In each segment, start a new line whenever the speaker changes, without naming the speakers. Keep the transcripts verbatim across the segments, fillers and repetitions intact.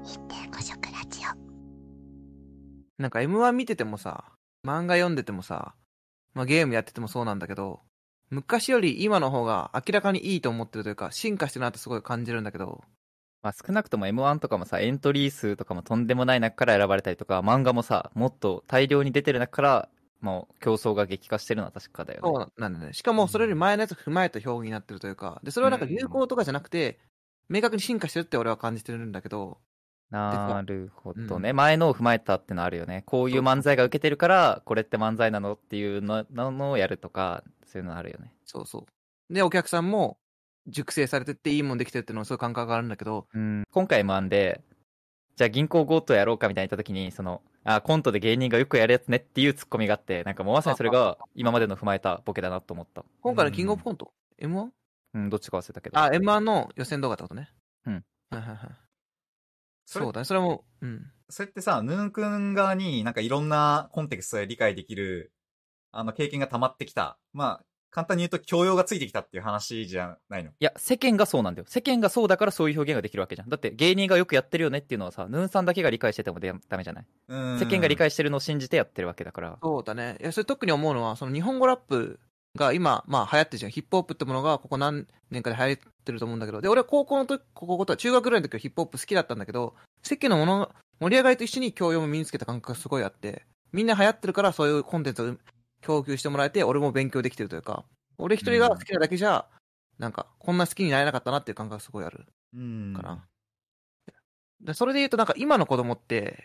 日程孤食ラジオ。
なんか エムワン 見ててもさ、漫画読んでてもさ、まあ、ゲームやっててもそうなんだけど、昔より今の方が明らかにいいと思ってるというか、進化してるなってすごい感じるんだけど、
まあ、少なくとも エムワン とかもさ、エントリー数とかもとんでもない中から選ばれたりとか、漫画もさ、もっと大量に出てる中からもう競争が激化してるのは確かだよね。
そうなんだよね。しかもそれより前のやつ踏まえた表現になってるというか、でそれはなんか流行とかじゃなくて、明確に進化してるって俺は感じてるんだけど、
なるほどね、
う
前のを踏まえたってのあるよね。こういう漫才が受けてるからこれって漫才なのっていうののをやるとか、そういうのあるよね。
そうそうでお客さんも熟成されてっていいもんできてるっていうのはそういう感覚があるんだけど、
うん、今回 エムワン でじゃあ銀行強盗やろうかみたいに言った時に、そのあコントで芸人がよくやるやつねっていうツッコミがあって、なんかもうまさにそれが今までの踏まえたボケだなと思った。
今回のキングオブコント、うん、エムワン？
うん、どっちか忘れたけど。
あ、エムワン の予選動画ってことね。
うん。
はいはいはい。そうだね、それも、うん。
それってさ、ヌーくん側になんかいろんなコンテクストで理解できる、あの経験が溜まってきた。まあ、簡単に言うと教養がついてきたっていう話じゃないの？
いや、世間がそうなんだよ。世間がそうだからそういう表現ができるわけじゃん。だって芸人がよくやってるよねっていうのはさ、ヌーンさんだけが理解しててもダメじゃない？世間が理解してるのを信じてやってるわけだから。
そうだね。いや、それ特に思うのは、その日本語ラップが今、まあ流行ってるじゃん。ヒップホップってものがここ何年かで流行ってると思うんだけど、で、俺は高校の時、高校とは中学ぐらいの時はヒップホップ好きだったんだけど、世間のもの、盛り上がりと一緒に教養も身につけた感覚がすごいあって、みんな流行ってるからそういうコンテンツを供給してもらえて、俺も勉強できてるというか、俺一人が好きなだけじゃ、うん、なんか、こんな好きになれなかったなっていう感覚がすごいある。
うん。
かな。でそれで言うと、なんか今の子供って、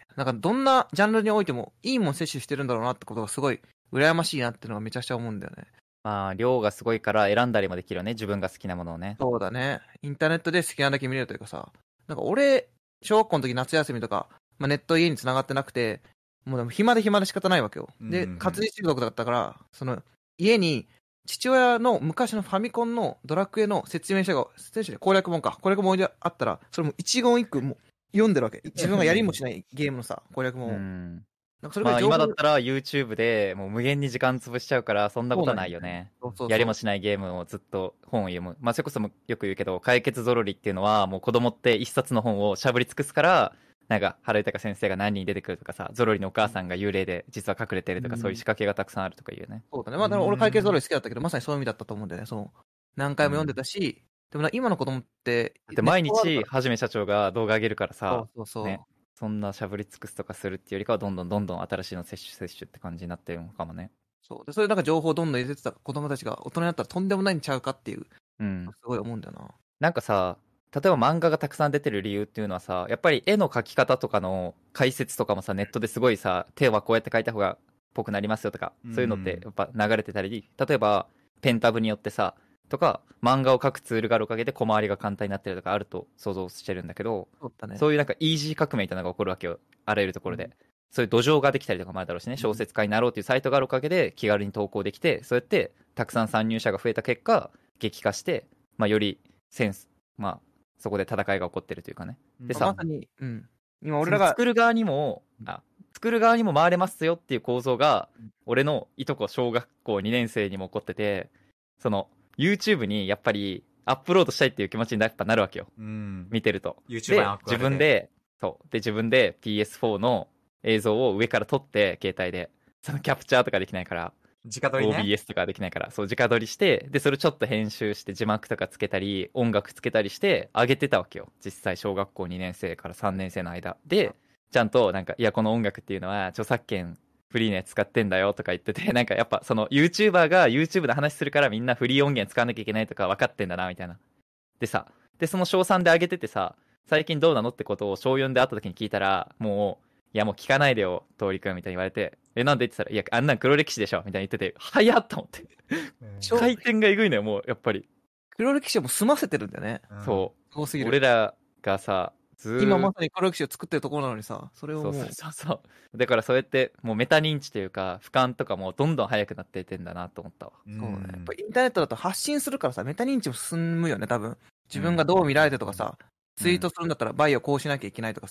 なんかどんなジャンルにおいてもいいもん摂取してるんだろうなってことがすごい羨ましいなっていうのがめちゃくちゃ思うんだよね。
まあ、量がすごいから選んだりもできるよね。自分が好きなものをね。
そうだね。インターネットで好きなだけ見れるというかさ、なんか俺、小学校の時夏休みとか、まあ、ネット家に繋がってなくて、もうでも暇で暇で仕方ないわけよ。で、活字中毒だったから、その、家に、父親の昔のファミコンのドラクエの説明書が、説明書で攻略本か、攻略本置いてあったら、それも一言一句も読んでるわけ。自分がやりもしないゲームのさ、攻略本を。
うん
なんかそれ
まあ今だったら YouTube でもう無限に時間潰しちゃうからそんなことないよね。
そうそうそう、
やりもしないゲームをずっと本を読む。まあそれこそもよく言うけど、解決ぞろりっていうのはもう子供って一冊の本をしゃぶり尽くすから、なんか原豊先生が何人出てくるとかさ、ゾロリのお母さんが幽霊で実は隠れてるとか、うん、そういう仕掛けがたくさんあるとか言うね。
そうだね。まあだから俺解決ぞろり好きだったけど、まさにそういう意味だったと思うんだよね。その何回も読んでたし、うん、でも今の子供って、
で毎日はじめ社長が動画上げるからさ、
そうそうそう、
ね、そんなしゃぶり尽くすとかするっていうよりかはどんどんどんどん新しいの摂取摂取って感じになってるのかもね。
そうで、それなんか情報をどんどん入れてた子供たちが大人になったらとんでもないんちゃうかっていう、
うん、
すごい思うんだよな。
なんかさ、例えば漫画がたくさん出てる理由っていうのはさ、やっぱり絵の描き方とかの解説とかもさ、ネットですごいさ、手はこうやって描いた方がっぽくなりますよとか、そういうのってやっぱ流れてたり、例えばペンタブによってさとか漫画を描くツールがあるおかげで小回りが簡単になってるとかあると想像してるんだけど、
そうだね、
そういうなんかイージー革命みたいなのが起こるわけよ、あらゆるところで、うん、そういう土壌ができたりとかもあるだろうしね、小説家になろうっていうサイトがあるおかげで気軽に投稿できて、そうやってたくさん参入者が増えた結果激化して、まあ、よりセンス、まあそこで戦いが起こってるというかね。でさ、
まさに、うん、今俺らが
作る側にもあ作る側にも回れますよっていう構造が、俺のいとこ小学校にねん生にも起こってて、その YouTube にやっぱりアップロードしたいっていう気持ちにやっぱなるわけよ、
うん、
見てると。
で
自分でそうで自分で ピーエスフォー の映像を上から撮って携帯で、そのキャプチャーとかできないから
直撮りね、
オービーエス とかできないから、そう直撮りして、でそれちょっと編集して字幕とかつけたり音楽つけたりして上げてたわけよ、実際小学校にねん生からさんねん生の間で。ちゃんとなんか、いやこの音楽っていうのは著作権フリーのやつ使ってんだよとか言ってて、なんかやっぱその YouTuber が YouTube で話するからみんなフリー音源使わなきゃいけないとか分かってんだなみたいな。でさ、でその小さんで上げててさ、最近どうなのってことを小よんで会った時に聞いたら、もういやもう聞かないでよ通りくんみたいに言われて、えなんでって言ったら、いやあんなん黒歴史でしょみたいに言ってて、早っと思って回転がえぐいのよ、もうやっぱり
黒歴史をもう済ませてるんだよね、
うん、そう、
そうすぎる。
俺らがさ
今まさに黒歴史を作ってるところなのにさ、それをもう
そうそうそうだからそうやってもうメタ認知というか俯瞰とかもどんどん早くなっていってんだなと思ったわ。
そうね、やっぱインターネットだと発信するからさ、メタ認知も進むよね多分。自分がどう見られてとかさ、うん、ツイートするんだったらバイオこうしなきゃいけないとかさ、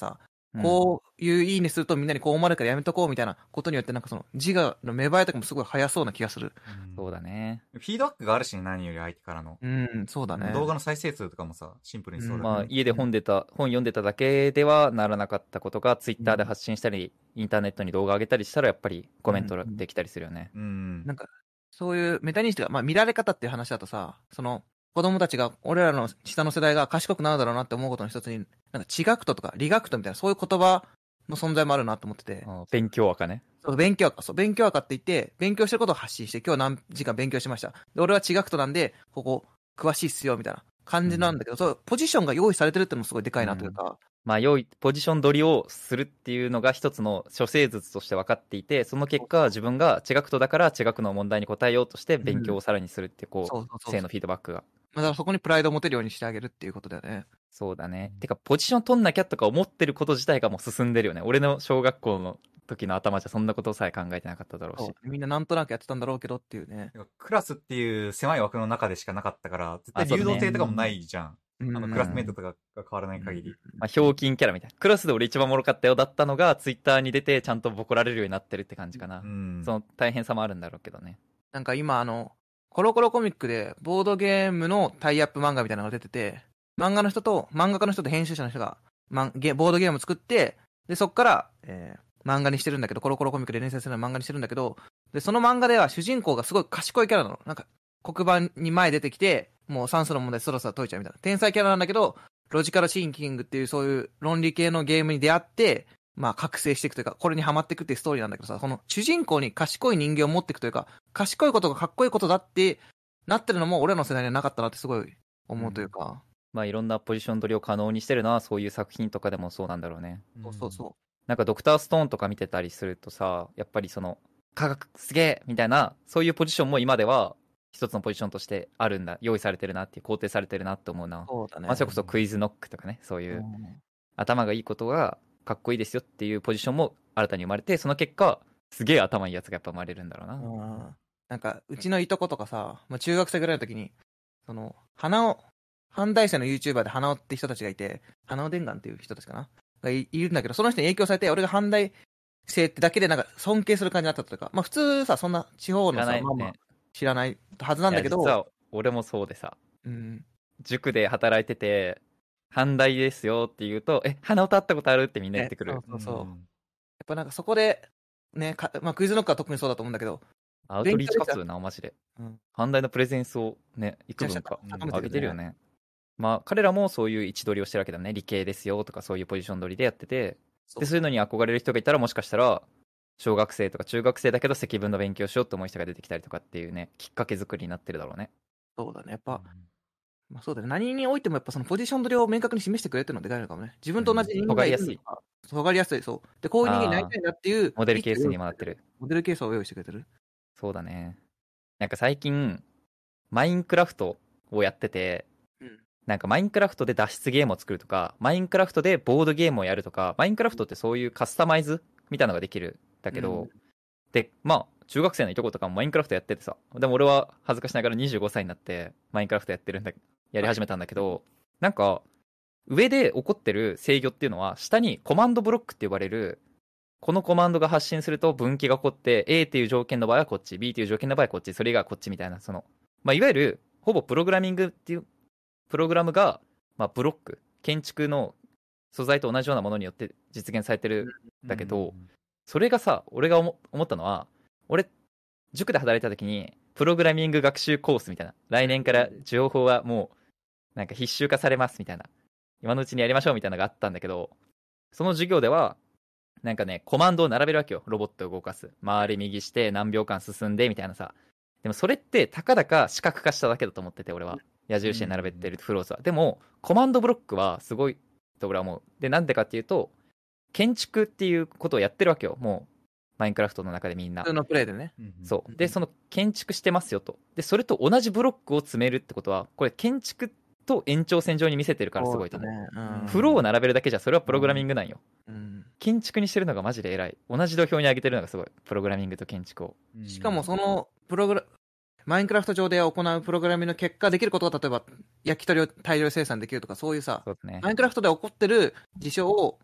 こういういいねするとみんなにこう思われるからやめとこうみたいなことによってなんかその自我の芽生えとかもすごい早そうな気がする。
うん
そうだね。
フィードバックがあるしね、何より相手からの。
うん、そうだね。
動画の再生数とかもさ、シンプルにそうだ
まあ
から、
家で本出た本読んでただけではならなかったことがツイッターで発信したり、インターネットに動画上げたりしたらやっぱりコメントできたりするよね。
うん。
なんか、そういうメタ認識が、まあ見られ方っていう話だとさ、その、子供たちが、俺らの下の世代が賢くなるだろうなって思うことの一つに、なんか地学徒とか理学徒みたいな、そういう言葉の存在もあるなと思ってて。
あ勉強赤ね。
そう、勉強赤、そう、勉強赤って言って、勉強してることを発信して、今日何時間勉強しました。で、俺は地学徒なんで、ここ、詳しいっすよ、みたいな感じなんだけど、そう、ポジションが用意されてるってのもすごいでかいなというか。
まあ良いポジション取りをするっていうのが一つの処世術として分かっていて、その結果自分が地学徒だから地学の問題に答えようとして勉強をさらにするってこう、
そうそうそう
性のフィードバックが。
まあ、だからそこにプライドを持てるようにしてあげるっていうことだよね。
そうだね。てかポジション取んなきゃとか思ってること自体がもう進んでるよね。俺の小学校の時の頭じゃそんなことさえ考えてなかっただろうし。
そうみんななんとなくやってたんだろうけどっていうね。
クラスっていう狭い枠の中でしかなかったから、絶対
あそうだね
流動性とかもないじゃん。
うん
あの、クラスメイトとかが変わらない限り。
まあ、ひょうきんキャラみたいな。クラスで俺一番おもろかったよだったのが、ツイッターに出てちゃんとボコられるようになってるって感じかな。
うん。
その大変さもあるんだろうけどね。
なんか今あの、コロコロコミックでボードゲームのタイアップ漫画みたいなのが出てて、漫画の人と、漫画家の人と編集者の人が、まんゲボードゲームを作って、で、そっから、えー、漫画にしてるんだけど、コロコロコミックで連載するの漫画にしてるんだけど、で、その漫画では主人公がすごい賢いキャラなの。なんか、黒板に前出てきて、もう算数の問題そろそろ解いちゃうみたいな。天才キャラなんだけど、ロジカルシンキングっていうそういう論理系のゲームに出会って、まあ覚醒していくというか、これにハマっていくっていうストーリーなんだけどさ、この主人公に賢い人間を持っていくというか、賢いことがかっこいいことだってなってるのも俺らの世代にはなかったなってすごい思うというか。
まあいろんなポジション取りを可能にしてるのはそういう作品とかでもそうなんだろうね。
そうそうそ
なんかドクターストーンとか見てたりするとさ、やっぱりその科学すげえみたいなそういうポジションも今では一つのポジションとしてあるんだ、用意されてるなっていう、肯定されてるなって思うな。
そうだね。
まあそれこそクイズノックとかね、そういう、
うん
頭がいいことがかっこいいですよっていうポジションも新たに生まれて、その結果すげえ頭いいやつがやっぱ生まれるんだろうな。
うんなんか、うちのいとことかさ、まあ、中学生ぐらいの時に、その、花尾、阪大生の YouTuber で花尾って人たちがいて、花尾伝願っていう人たちかながいいるんだけど、その人に影響されて、俺が阪大生ってだけでなんか尊敬する感じになったというか、まあ普通さ、そんな地方のさ、
知らないね、
まあまあ知らないはずなんだけど、
いや実は俺もそうでさ、
うん、
塾で働いてて阪大ですよって言うと、え花尾と会ったことあるってみんな言ってくる。
そうそうそう。やっぱなんかそこで、ね、かまあクイズノックは特にそうだと思うんだけど、
アウトリーチ活動な、マジで。
うん
阪大のプレゼンスをね、幾分か
高めてるね
上げてるよね。まあ、彼らもそういう位置取りをしてるわけだね。理系ですよとかそういうポジション取りでやってて、で、そういうのに憧れる人がいたら、もしかしたら、小学生とか中学生だけど積分の勉強しようと思う人が出てきたりとかっていうね、きっかけ作りになってるだろうね。
そうだね。やっぱ、まあ、そうだね。何においてもやっぱそのポジション取りを明確に示してくれってるのはでかいのかもね。自分と同じ人間がいるのか、尖りやすい。そう。で、こういう人間になりたいんだっていう。
モデルケースにもなってる。
モデルケースを用意してくれてる。
そうだね。なんか最近、マインクラフトをやってて、
うん
なんかマインクラフトで脱出ゲームを作るとか、マインクラフトでボードゲームをやるとか、マインクラフトってそういうカスタマイズみたいなのができるんだけど、
うん
で、まあ、中学生のいとことかもマインクラフトやっててさ、でも俺は恥ずかしながらにじゅうごさいになってマインクラフトやってるんだ、やり始めたんだけど、なんか、上で起こってる制御っていうのは、下にコマンドブロックって呼ばれる、このコマンドが発信すると分岐が起こって、A っていう条件の場合はこっち、B っていう条件の場合はこっち、それ以外はこっちみたいな、その、まあ、いわゆる、ほぼプログラミングっていう、プログラムが、まあ、ブロック、建築の素材と同じようなものによって実現されてるんだけど、それがさ、俺が思思ったのは、俺、塾で働いた時に、プログラミング学習コースみたいな、来年から情報はもう、なんか必修化されますみたいな、今のうちにやりましょうみたいなのがあったんだけど、その授業では、なんかね、コマンドを並べるわけよ。ロボットを動かす。回り右して何秒間進んでみたいなさ。でもそれってたかだか視覚化しただけだと思ってて、俺は。矢印で並べてるフローズは。でも、コマンドブロックはすごいと俺は思う。で、なんでかっていうと、建築っていうことをやってるわけよ。もう、マインクラフトの中でみんな
普。通のプレイでね。
そう。で、その建築してますよと。で、それと同じブロックを詰めるってことは、これ建築と延長線上に見せてるからすごいと思う。
そうだねうん
フローを並べるだけじゃそれはプログラミングなんよ。
うん
建築にしてるのがマジで偉い。同じ土俵に上げてるのがすごい。プログラミングと建築を。
しかもそのプログラマインクラフト上で行うプログラミングの結果できることが例えば焼き鳥を大量生産できるとかそういうさ、
そうですね。
マインクラフトで起こってる事象を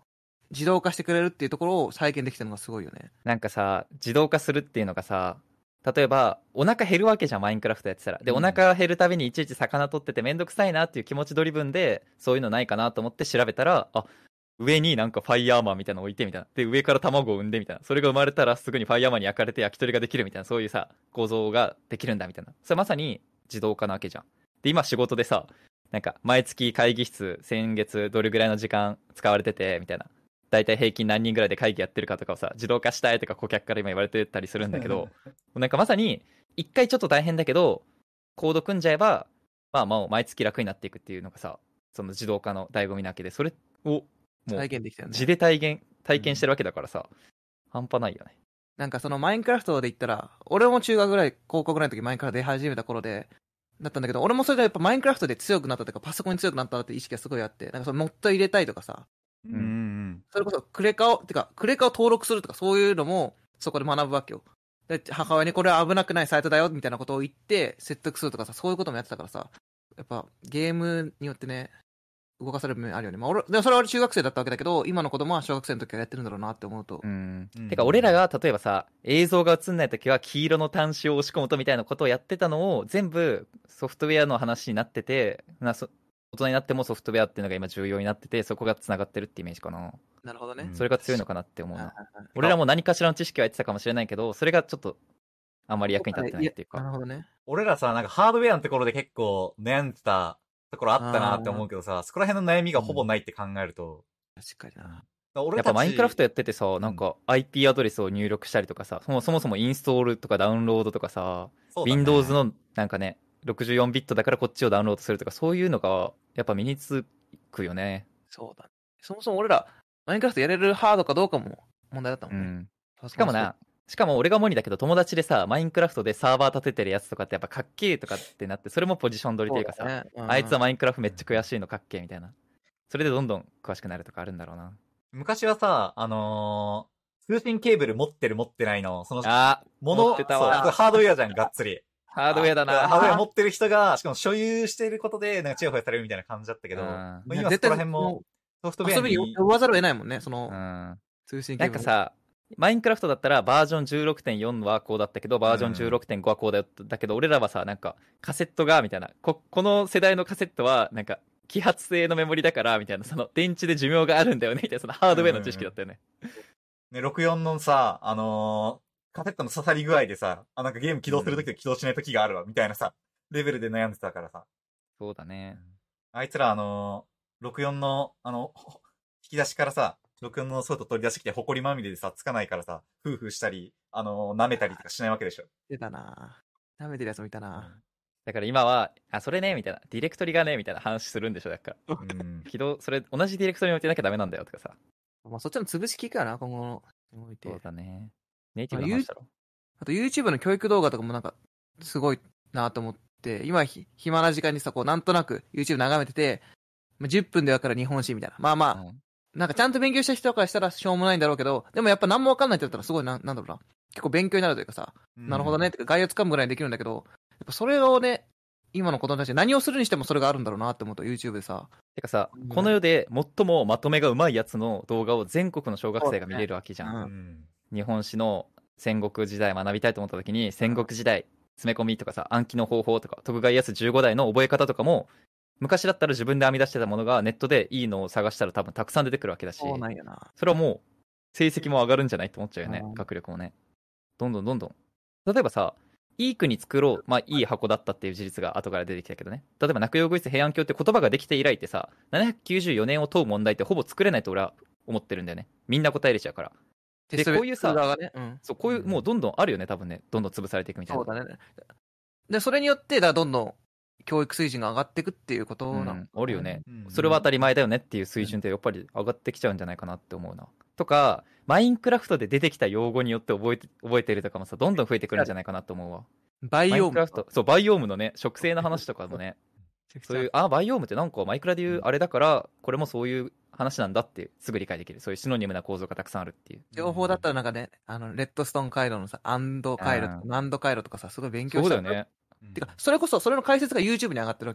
自動化してくれるっていうところを再現できたのがすごいよね。
なんかさ、自動化するっていうのがさ、例えばお腹減るわけじゃん、マインクラフトやってたら。で、
うん
お腹減るたびにいちいち魚取っててめんどくさいなっていう気持ちドリブンでそういうのないかなと思って調べたら、あ、上になんかファイヤーマンみたいなの置いてみたいな。で、上から卵を産んでみたいな。それが生まれたらすぐにファイヤーマンに焼かれて焼き鳥ができるみたいな、そういうさ、構造ができるんだみたいな。それまさに自動化なわけじゃん。で、今仕事でさ、なんか毎月会議室先月どれぐらいの時間使われててみたいな。だいたい平均何人ぐらいで会議やってるかとかをさ、自動化したいとか顧客から今言われてたりするんだけど、なんかまさに一回ちょっと大変だけど、コード組んじゃえば、まあまあ毎月楽になっていくっていうのがさ、その自動化の醍醐味なわけで、それをもう
再現できたよね。
地で体現体験してるわけだからさ、半端ないよね。
なんかそのマインクラフトで言ったら、俺も中学ぐらい、高校ぐらいの時マインクラフト出始めた頃で、だったんだけど、俺もそれでやっぱマインクラフトで強くなったというか、パソコンに強くなったって意識がすごいあって、なんかそのモッド入れたいとかさ、
うんうん
それこそクレカを、てか、クレカを登録するとかそういうのもそこで学ぶわけよ。で、母親にこれは危なくないサイトだよみたいなことを言って説得するとかさ、そういうこともやってたからさ、やっぱゲームによってね、動かされる面あるよね。まあ俺、でもそれは俺中学生だったわけだけど、今の子供は小学生の時からやってるんだろうなって思うと。
うん
うん
てか俺らが例えばさ、映像が映んない時は黄色の端子を押し込むとみたいなことをやってたのを全部ソフトウェアの話になってて、なそ大人になってもソフトウェアっていうのが今重要になってて、そこがつながってるってイメージかな。
なるほどね。
うん
それが強いのかなって思うな。
はいはいはい
俺らも何かしらの知識はやってたかもしれないけど、それがちょっとあんまり役に立ってないっていうか。
なるほどね。
俺らさ、なんかハードウェアのところで結構悩んでたところあったなって思うけどさ、そこら辺の悩みがほぼないって考えると、
確かにな。
俺たち
やっぱマインクラフトやっててさ、なんか アイピー アドレスを入力したりとかさ、そもそもそもインストールとかダウンロードとかさ、
そうだね
Windows のなんかね、ろくじゅうよんビットだからこっちをダウンロードするとか、そういうのがやっぱ身につくよね。
そうだね。そもそも俺ら、マインクラフトやれるハードかどうかも問題だったもね。
うんん。
し
しかもな、しかも俺がモニだけど友達でさ、マインクラフトでサーバー立ててるやつとかってやっぱかっけーとかってなって、それもポジション取りというかさ、
ねうん
あいつはマインクラフトめっちゃ悔しいのかっけーみたいな。それでどんどん詳しくなるとかあるんだろうな。
昔はさ、あのー、通信ケーブル持ってる持ってないの、その、
あ
もの、
持ってたわ
そうこれハードウェアじゃん、がっつり。
ー、ハードウェアだな。
ハードウェア持ってる人が、しかも所有していることで、なんかチヤホヤされるみたいな感じだったけど、
うん
まあ今そこら辺もソフトウェア
遊びに
に、
呼ばざるを得ないもんね、その
うん。
通信ケーブル。
なんかさ、マインクラフトだったらバージョン じゅうろくてんよん はこうだったけど、バージョン じゅうろくてんご はこうだよだけど、俺らはさ、なんかカセットがみたいな、ここの世代のカセットはなんか揮発性のメモリだからみたいな、その電池で寿命があるんだよねみたいな、そのハードウェアの知識だったよね。
ね、ろくじゅうよんのさ、あのー、カセットの刺さり具合でさ、あ、なんかゲーム起動するときと起動しないときがあるわ、みたいなさ、レベルで悩んでたからさ。
そうだね。
あいつらあのー、ろくじゅうよんの、あの、ほ引き出しからさ、ろくじゅうよんのソフト取り出してきて、ホコリまみれでさ、つかないからさ、フーフーしたり、あのー、舐めたりとかしないわけでしょ。
出たなぁ。舐めてるやつもいたな
だから今は、あ、それねみたいな、ディレクトリがねみたいな話するんでしょ、だから。
うん。
起動、それ同じディレクトリに置いてなきゃダメなんだよとかさ。
ぁ。まあそっちの潰し効くよな、今後の。において
そうだね。ネイティブの話だろ。
あと YouTube の教育動画とかもなんか、すごいなと思って、今ひ、暇な時間にさ、こう、なんとなく YouTube 眺めてて、まあじゅっぷんでわかる日本史みたいな。まあまあ、
うん
なんかちゃんと勉強した人からしたらしょうもないんだろうけど、でもやっぱ何もわかんないって言ったらすごいな、なんだろうな。結構勉強になるというかさ、なるほどねってか概要つかむぐらいにできるんだけど、やっぱそれをね、今の子供たち何をするにしてもそれがあるんだろうなって思うと YouTube でさ。
てかさ
うん、
この世で最もまとめがうまいやつの動画を全国の小学生が見れるわけじゃん。
うん
うん。
日本史の戦国時代学びたいと思った時に、戦国時代、詰め込みとかさ、暗記の方法とか、徳川家康じゅうご代の覚え方とかも、昔だったら自分で編み出してたものがネットでいいのを探したら多分たくさん出てくるわけだし、
そうなんやな。
それはもう成績も上がるんじゃないと思っちゃうよね
う、ん
学力もね。どんどんどんどん。例えばさ、いい国作ろう、まあいい箱だったっていう事実が後から出てきたけどね。例えば、落葉具室平安京って言葉ができて以来ってさ、ななひゃくきゅうじゅうよねんを問う問題ってほぼ作れないと俺は思ってるんだよね。みんな答えれちゃうから。
テスト
こういうさ
側がね、うん。
そう、こういう、もうどんどんあるよね、多分ね。どんどん潰されていくみたいな。
そうだね。で、それによって、だからどんどん教育水準が上がっていくっていうことなの、
うん、あるよね、
うん
それは当たり前だよねっていう水準ってやっぱり上がってきちゃうんじゃないかなって思うな。とか、マインクラフトで出てきた用語によって覚えて覚えてるとかもさ、どんどん増えてくるんじゃないかなと思うわ。
バイオーム
マインクラフト、そう、バイオームのね、植生の話とかもね、そういう、あ、バイオームってなんかマイクラでいうあれだから、これもそういう話なんだってすぐ理解できる。そういうシノニムな構造がたくさんあるっていう。
情報だったらなんかね、あの、レッドストーン回路のさ、アンド回路とか、
うん
ナンド回路とかさ、すごい勉強した。
そうだよね。
うん
てか、それこそ、それの解説が YouTube に上がってるわけよ。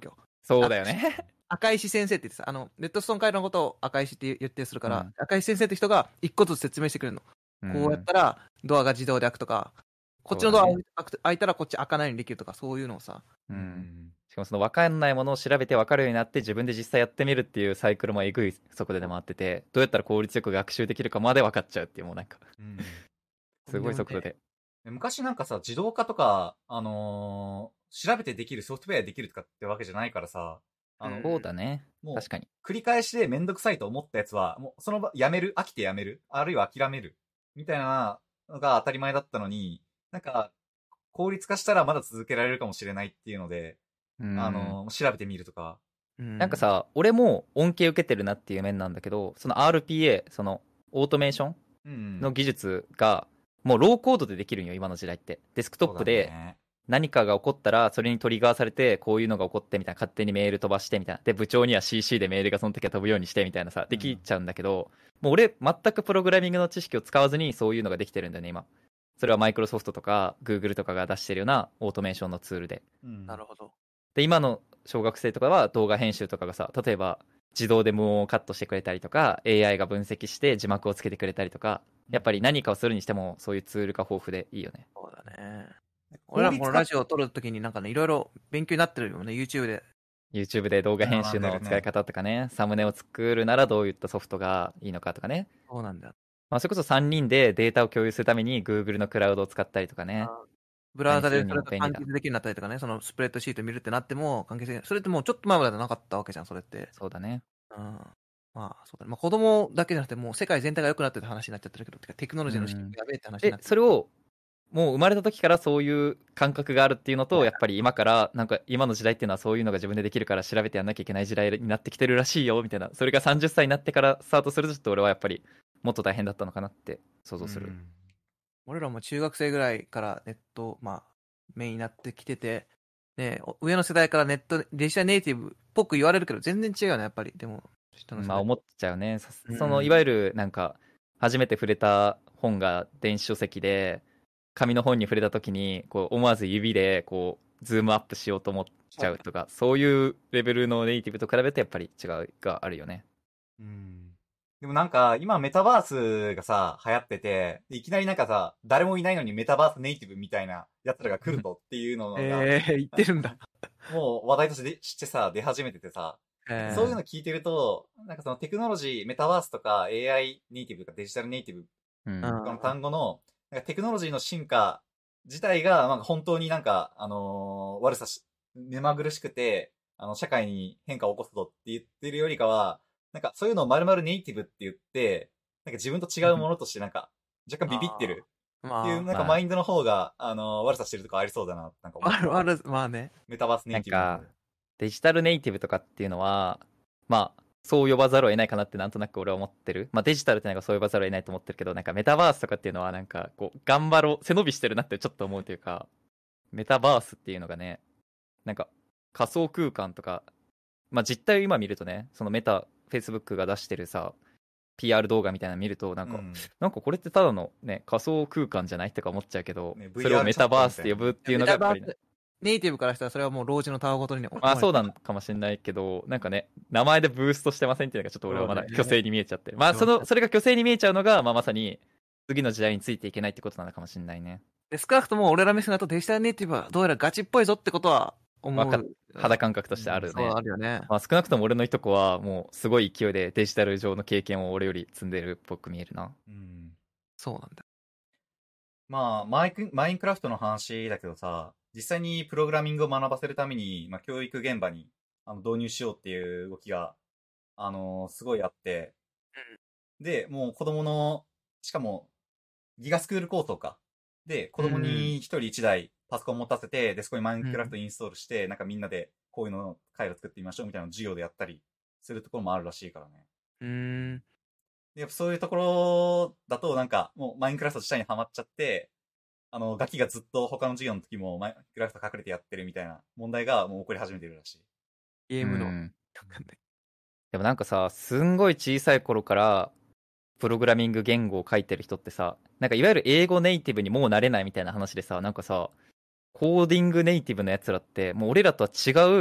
そうだよね。
赤石先生って言ってさ、あの、レッドストーン回路のことを赤石って言ってするから、
うん
赤石先生って人が一個ずつ説明してくれるの。こうやったらドアが自動で開くとか、こっちのドア
そうだね
開く開いたらこっち開かないようにできるとか、そういうのをさ、
うん、
う
うん
ん。
しかもその分かんないものを調べて分かるようになって自分で実際やってみるっていうサイクルもえぐい速度で回ってて、どうやったら効率よく学習できるかまで分かっちゃうっていう、もうなんか
うん
すごい速度で。
昔なんかさ、自動化とか、あのー調べてできるソフトウェアできるとかってわけじゃないからさ、あの、
うん
そうだね。
もう
確かに。
繰り返しでめんどくさいと思ったやつは、もうその場、やめる、飽きてやめる、あるいは諦める、みたいなのが当たり前だったのに、なんか、効率化したらまだ続けられるかもしれないっていうので、
うん
あのー調べてみるとか。
うん
なんか、さ、俺も恩恵受けてるなっていう面なんだけど、その アールピーエー、そのオートメーション
うん
の技術が、もうローコードでできるんよ、今の時代って。デスクトップで、
そうだね
何かが起こったらそれにトリガーされてこういうのが起こってみたいな、勝手にメール飛ばしてみたいな、で部長には シーシー でメールがその時は飛ぶようにしてみたいなさ、できちゃうんだけど、もう俺全くプログラミングの知識を使わずにそういうのができてるんだよね今。それはマイクロソフトとかグーグルとかが出してるようなオートメーションのツールで、
うん
なるほど。
で今の小学生とかは動画編集とかがさ、例えば自動で無音をカットしてくれたりとか エーアイ が分析して字幕をつけてくれたりとか、やっぱり何かをするにしてもそういうツールが豊富でいいよね。
そうだね。俺らもこのラジオを撮るときになんかね、いろいろ勉強になってるよね、YouTube で。
YouTube で動画編集の使い方とかね、サムネを作るならどういったソフトがいいのかとかね、
そうなんだよ。
まあ、それこそさんにんでデータを共有するために Google のクラウドを使ったりとかね。
ブラウザでそれと
何するにも便利だ
完結できるようになったりとかね、そのスプレッドシート見るってなっても関係性、それってもうちょっと前まではなかったわけじゃん、それって。
そうだね。
うん。まあ、そうだね。まあ、子供だけじゃなくて、もう世界全体が良くなってる話になっちゃってるけど、てかテクノロジーの進歩がやべえって話に
え
なってる。
それをもう生まれた時からそういう感覚があるっていうのと、やっぱり今からなんか今の時代っていうのはそういうのが自分でできるから調べてやんなきゃいけない時代になってきてるらしいよみたいな、それがさんじゅっさいになってからスタートするとちょっと俺はやっぱりもっと大変だったのかなって想像する。
うん
俺らも中学生ぐらいからネット、まあ、メインになってきてて、ね、お上の世代からネット、デジタルネイティブっぽく言われるけど、全然違うよね、やっぱり。でも、人の世代
まあ思っちゃうね。さ
うん
そのいわゆるなんか初めて触れた本が電子書籍で、紙の本に触れた時にこう思わず指でこうズームアップしようと思っちゃうとか、そういうレベルのネイティブと比べてやっぱり違いがあるよね。
うんでもなんか、今メタバースがさ、流行ってて、いきなりなんかさ、誰もいないのにメタバースネイティブみたいな奴らが来るとっていうのが、
えー、言ってるんだ。
もう話題としてしてさ、出始めててさ、
えー
そういうの聞いてると、なんかそのテクノロジー、メタバースとか エーアイ ネイティブとかデジタルネイティブ
うん。
うん
この単語の、なんかテクノロジーの進化自体が、なんか本当になんか、あのー悪さし、目まぐるしくて、あの、社会に変化を起こすぞって言ってるよりかは、なんかそういうのを丸々ネイティブって言って、なんか自分と違うものとしてなんか、若干ビビってる
ま
っていう、
あ、
なんかマインドの方が、あのー悪さしてるとこありそうだな、なんか思って
あるある、まあね。
メタバースネイティブ
なんかデジタルネイティブとかっていうのはまあそう呼ばざるを得ないかなってなんとなく俺は思ってる。まあデジタルってなんかそう呼ばざるを得ないと思ってるけど、なんかメタバースとかっていうのはなんかこう頑張ろう、背伸びしてるなってちょっと思うというか、メタバースっていうのがね、なんか仮想空間とか、まあ実態を今見るとね、そのメタ、Facebook が出してるさ、ピーアール 動画みたいなの見ると、なんか、
うん
なんかこれってただのね、仮想空間じゃないとか思っちゃうけど、
ね
それをメタバースって呼ぶっていうのがやっぱりね、
メタバースネイティブからしたらそれはもう老人のたわごとにね。
まあそうなのかもしれないけど、なんかね、名前でブーストしてませんっていうのがちょっと俺はまだ
そうだよね
虚勢に見えちゃってる。まあその、それが虚勢に見えちゃうのが、まあまさに次の時代についていけないってことなのかもしれないね。
で少なくとも俺ら目線だとデジタルネイティブはどうやらガチっぽいぞってことは思う。
わかっ肌感覚としてある
そう
ね。
あるよね。
まあ少なくとも俺のいとこはもうすごい勢いでデジタル上の経験を俺より積んでるっぽく見えるな。
うん
そうなんだ。
まあ、マイク、マインクラフトの話だけどさ、実際にプログラミングを学ばせるために、まあ、教育現場にあの導入しようっていう動きが、あのーすごいあって、で、もう子供の、しかも、ギガスクール構想か。で、子供に一人一台パソコン持たせて、で、そこにマインクラフトインストールして、なんかみんなでこういうの回路作ってみましょうみたいなのを授業でやったりするところもあるらしいからね。
うーん。
でやっぱそういうところだとなんかもうマインクラフト自体にハマっちゃって、あの、ガキがずっと他の授業の時もマインクラフト隠れてやってるみたいな問題がもう起こり始めてるらしい。
ゲームの。
うんでもなんかさ、すんごい小さい頃からプログラミング言語を書いてる人ってさ、なんかいわゆる英語ネイティブにもうなれないみたいな話でさ、なんかさ、コーディングネイティブのやつらってもう俺らとは違う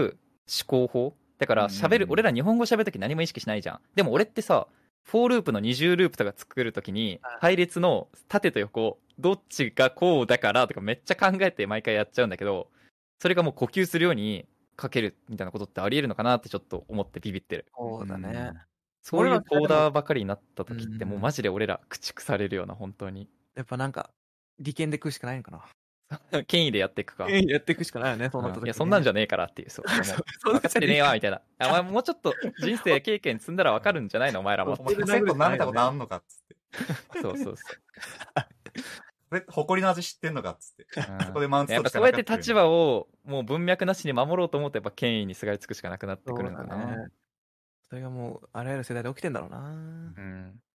考法だから喋る、
うん
俺ら日本語喋るとき何も意識しないじゃん。でも俺ってさ、フォーループのにじゅうループとか作るときに
はい
配列の縦と横どっちがこうだからとかめっちゃ考えて毎回やっちゃうんだけど、それがもう呼吸するように書けるみたいなことってありえるのかなってちょっと思ってビビってる。
そうだね。
そういう
俺ら
コーダーばかりになった時って
うん
もうマジで俺ら駆逐されるような本当に
やっぱなんか、利権で食うしかないのかな。
権威でやっていくか。
やっていくしかないよね、そうなった時、
うんいやそんなんじ
ゃ
ゃねえからっていう、そうもう
そう
分かってねえわみたいな。あお前もうちょっと人生経験積んだら分かるんじゃないのお前らも。
お前、カセット舐めたことあんのかっつって。
そうそうそう。
これ、誇りの味知ってんのかっつって。
うん
そこでマウント
やっぱそうやって立場をもう文脈なしに守ろうと思うとやっぱ権威にすがりつくしかなくなってくるのかな。
ね。それがもう、あらゆる世代で起きてんだろうな。
うん